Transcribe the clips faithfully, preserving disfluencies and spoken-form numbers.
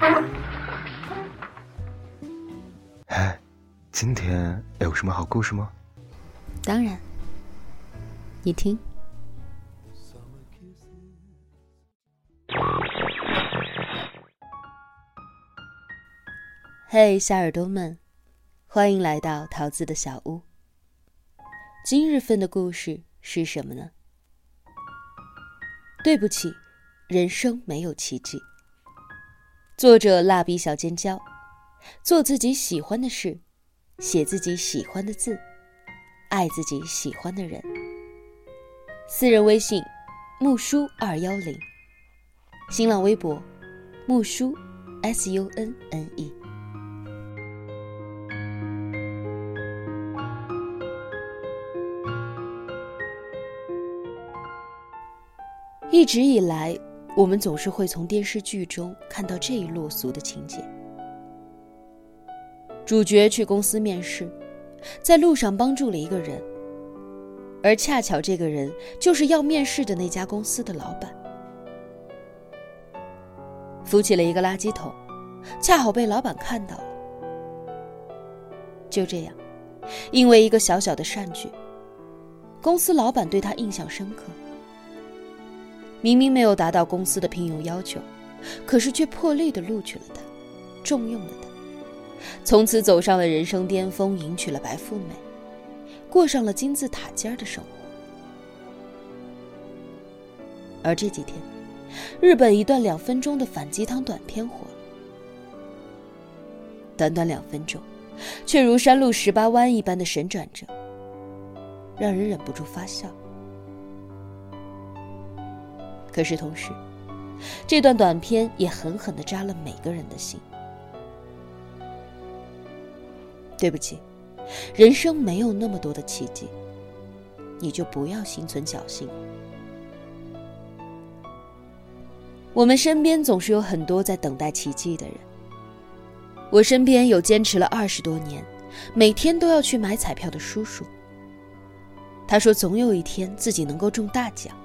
哎，今天有什么好故事吗？ 当然，你听。嘿，小耳朵们，欢迎来到桃子的小屋。今日份的故事是什么呢？对不起，人生没有奇迹。作者蜡笔小尖椒，做自己喜欢的事，写自己喜欢的字，爱自己喜欢的人。私人微信木叔二一零，新浪微博木叔 S U N N E。一直以来，我们总是会从电视剧中看到这一落俗的情节：主角去公司面试，在路上帮助了一个人，而恰巧这个人就是要面试的那家公司的老板。扶起了一个垃圾桶，恰好被老板看到了。就这样，因为一个小小的善举，公司老板对他印象深刻。明明没有达到公司的聘用要求，可是却破例地录取了他，重用了他，从此走上了人生巅峰，迎娶了白富美，过上了金字塔尖的生活。而这几天，日本一段两分钟的反鸡汤短片火了，短短两分钟，却如山路十八弯一般的神转折，让人忍不住发笑。可是同时，这段短片也狠狠地扎了每个人的心。对不起，人生没有那么多的奇迹，你就不要心存侥幸。我们身边总是有很多在等待奇迹的人。我身边有坚持了二十多年，每天都要去买彩票的叔叔。他说总有一天自己能够中大奖。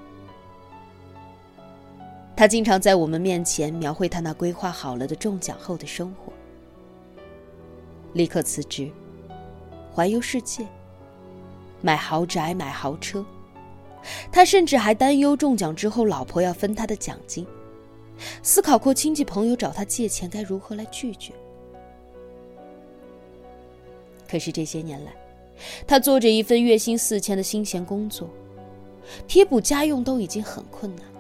他经常在我们面前描绘他那规划好了的中奖后的生活：立刻辞职，环游世界，买豪宅，买豪车。他甚至还担忧中奖之后老婆要分他的奖金，思考过亲戚朋友找他借钱该如何来拒绝。可是这些年来，他做着一份月薪四千的新钱工作，贴补家用都已经很困难。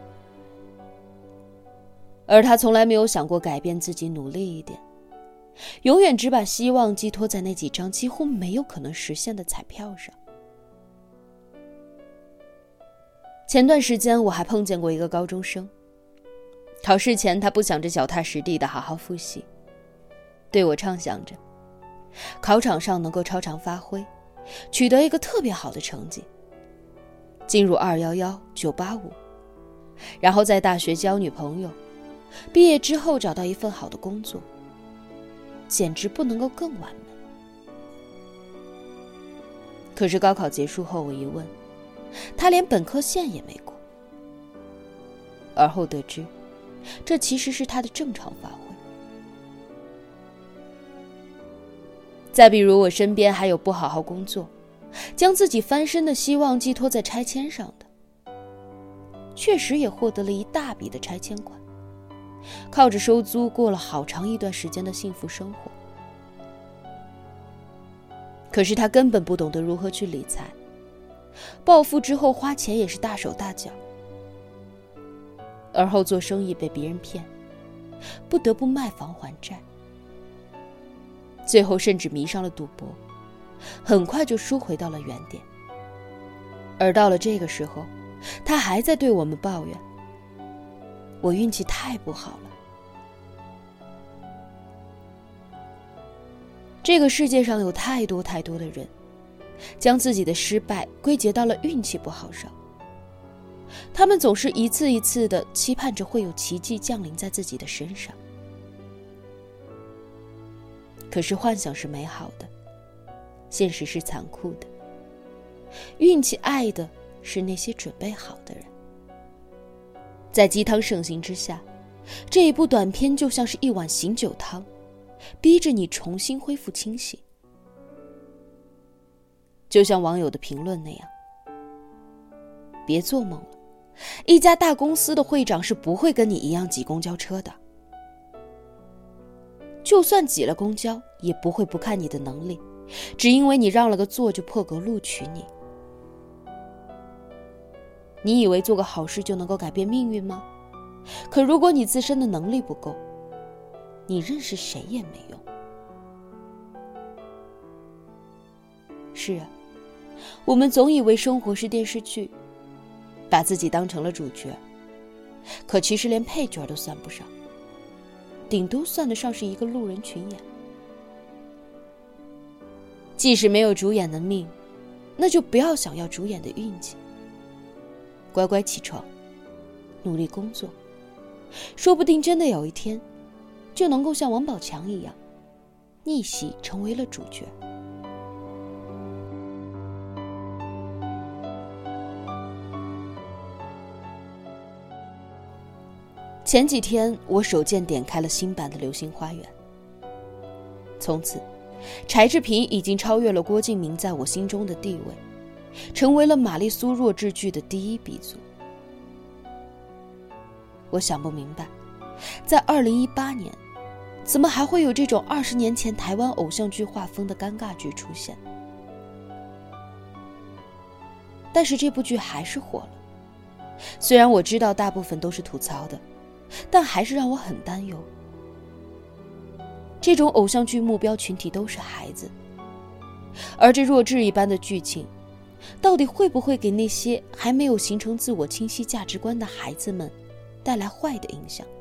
而他从来没有想过改变自己，努力一点，永远只把希望寄托在那几张几乎没有可能实现的彩票上。前段时间我还碰见过一个高中生，考试前他不想着脚踏实地的好好复习，对我畅想着考场上能够超常发挥，取得一个特别好的成绩，进入二一一、九八五，然后在大学交女朋友，毕业之后找到一份好的工作，简直不能够更完美。可是高考结束后，我一问，他连本科线也没过。而后得知，这其实是他的正常发挥。再比如我身边还有不好好工作，将自己翻身的希望寄托在拆迁上的，确实也获得了一大笔的拆迁款，靠着收租过了好长一段时间的幸福生活。可是他根本不懂得如何去理财，暴富之后花钱也是大手大脚，而后做生意被别人骗，不得不卖房还债，最后甚至迷上了赌博，很快就输回到了原点。而到了这个时候，他还在对我们抱怨，我运气太不好了。这个世界上有太多太多的人，将自己的失败归结到了运气不好上。他们总是一次一次地期盼着会有奇迹降临在自己的身上。可是幻想是美好的，现实是残酷的。运气爱的是那些准备好的人。在鸡汤盛行之下， 这一部短片就像是一碗醒酒汤，逼着你重新恢复清醒。就像网友的评论那样，别做梦了，一家大公司的会长是不会跟你一样挤公交车的，就算挤了公交也不会不看你的能力，只因为你让了个座就破格录取你。你以为做个好事就能够改变命运吗？可如果你自身的能力不够，你认识谁也没用。是啊，我们总以为生活是电视剧，把自己当成了主角，可其实连配角都算不上，顶多算得上是一个路人群演。即使没有主演的命，那就不要想要主演的运气。乖乖起床，努力工作，说不定真的有一天就能够像王宝强一样逆袭成为了主角。前几天我手贱点开了新版的流星花园，从此柴智屏已经超越了郭敬明在我心中的地位，成为了玛丽苏弱智剧的第一鼻祖。我想不明白，在二零一八年怎么还会有这种二十年前台湾偶像剧画风的尴尬剧出现。但是这部剧还是火了，虽然我知道大部分都是吐槽的，但还是让我很担忧。这种偶像剧目标群体都是孩子，而这弱智一般的剧情到底会不会给那些还没有形成自我清晰价值观的孩子们带来坏的影响？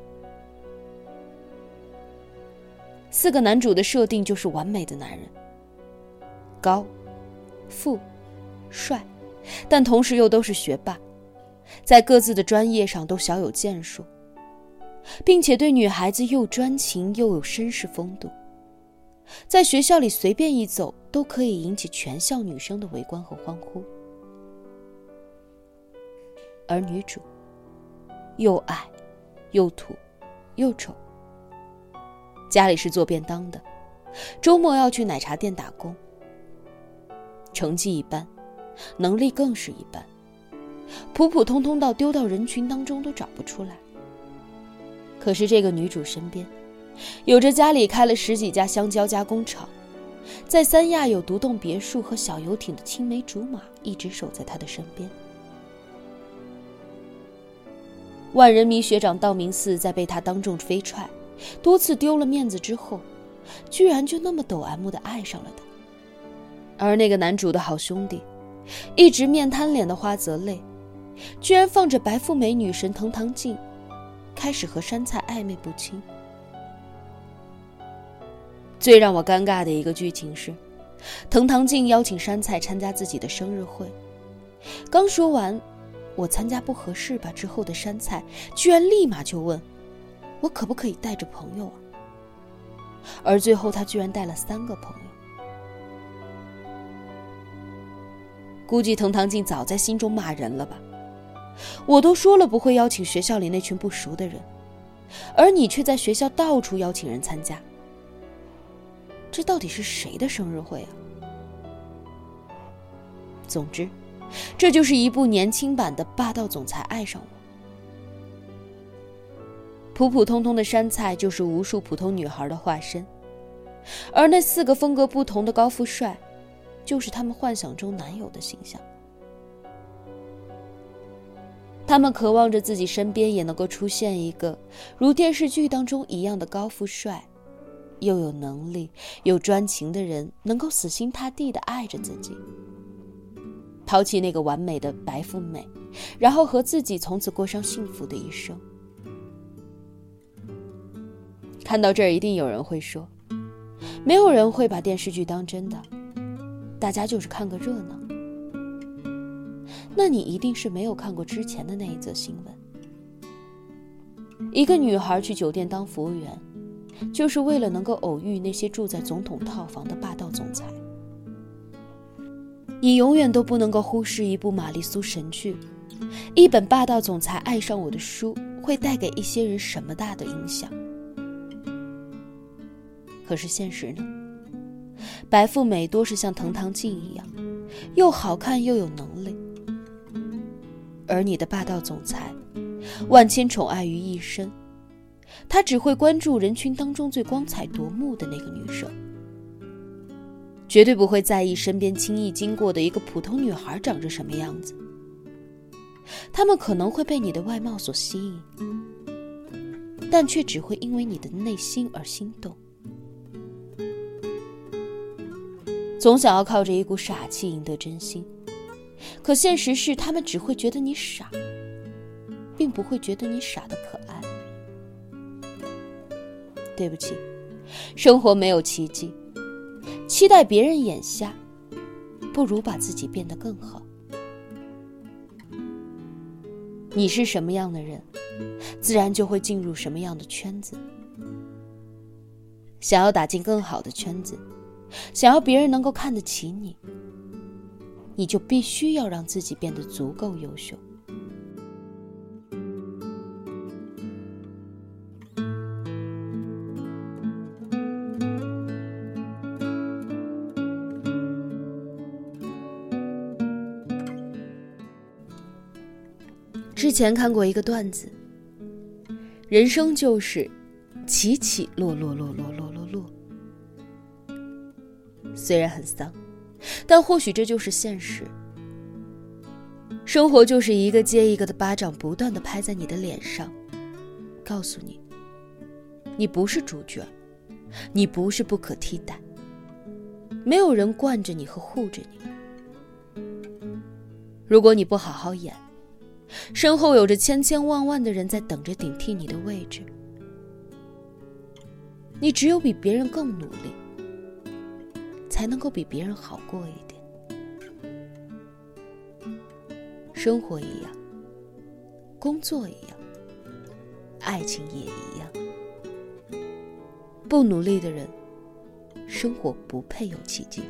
四个男主的设定就是完美的男人，高、富、帅，但同时又都是学霸，在各自的专业上都小有建树，并且对女孩子又专情又有绅士风度，在学校里随便一走都可以引起全校女生的围观和欢呼。而女主又矮又土又丑，家里是做便当的，周末要去奶茶店打工，成绩一般，能力更是一般，普普通通到丢到人群当中都找不出来。可是这个女主身边有着家里开了十几家香蕉加工厂，在三亚有独栋别墅和小游艇的青梅竹马一直守在她的身边。万人迷学长道明寺在被她当众飞踹，多次丢了面子之后，居然就那么抖 M 的爱上了她。而那个男主的好兄弟，一直面瘫脸的花泽类，居然放着白富美女神藤堂静开始和杉菜暧昧不清。最让我尴尬的一个剧情是，藤堂静邀请杉菜参加自己的生日会，刚说完我参加不合适吧之后的杉菜居然立马就问我可不可以带着朋友啊，而最后他居然带了三个朋友。估计藤堂静早在心中骂人了吧，我都说了不会邀请学校里那群不熟的人，而你却在学校到处邀请人参加，这到底是谁的生日会啊？总之，这就是一部年轻版的霸道总裁爱上我。普普通通的杉菜就是无数普通女孩的化身，而那四个风格不同的高富帅就是他们幻想中男友的形象。他们渴望着自己身边也能够出现一个如电视剧当中一样的高富帅，又有能力又专情的人，能够死心塌地地爱着自己，抛弃那个完美的白富美，然后和自己从此过上幸福的一生。看到这儿，一定有人会说，没有人会把电视剧当真的，大家就是看个热闹。那你一定是没有看过之前的那一则新闻。一个女孩去酒店当服务员，就是为了能够偶遇那些住在总统套房的霸道总裁。你永远都不能够忽视一部玛丽苏神剧，一本霸道总裁爱上我的书， 会带给一些人什么大的影响。可是现实呢？白富美多是像藤堂静一样，又好看又有能力，而你的霸道总裁，万千宠爱于一身，他只会关注人群当中最光彩夺目的那个女生，绝对不会在意身边轻易经过的一个普通女孩长着什么样子。他们可能会被你的外貌所吸引，但却只会因为你的内心而心动。总想要靠着一股傻气赢得真心，可现实是他们只会觉得你傻，并不会觉得你傻得可爱。对不起，生活没有奇迹，期待别人眼瞎，不如把自己变得更好。你是什么样的人，自然就会进入什么样的圈子。想要打进更好的圈子，想要别人能够看得起你，你就必须要让自己变得足够优秀。之前看过一个段子，人生就是起起落落落落落落落。虽然很丧，但或许这就是现实。生活就是一个接一个的巴掌不断地拍在你的脸上，告诉你，你不是主角，你不是不可替代，没有人惯着你和护着你。如果你不好好演，身后有着千千万万的人在等着顶替你的位置。你只有比别人更努力，才能够比别人好过一点。生活一样，工作一样，爱情也一样。不努力的人，生活不配有奇迹。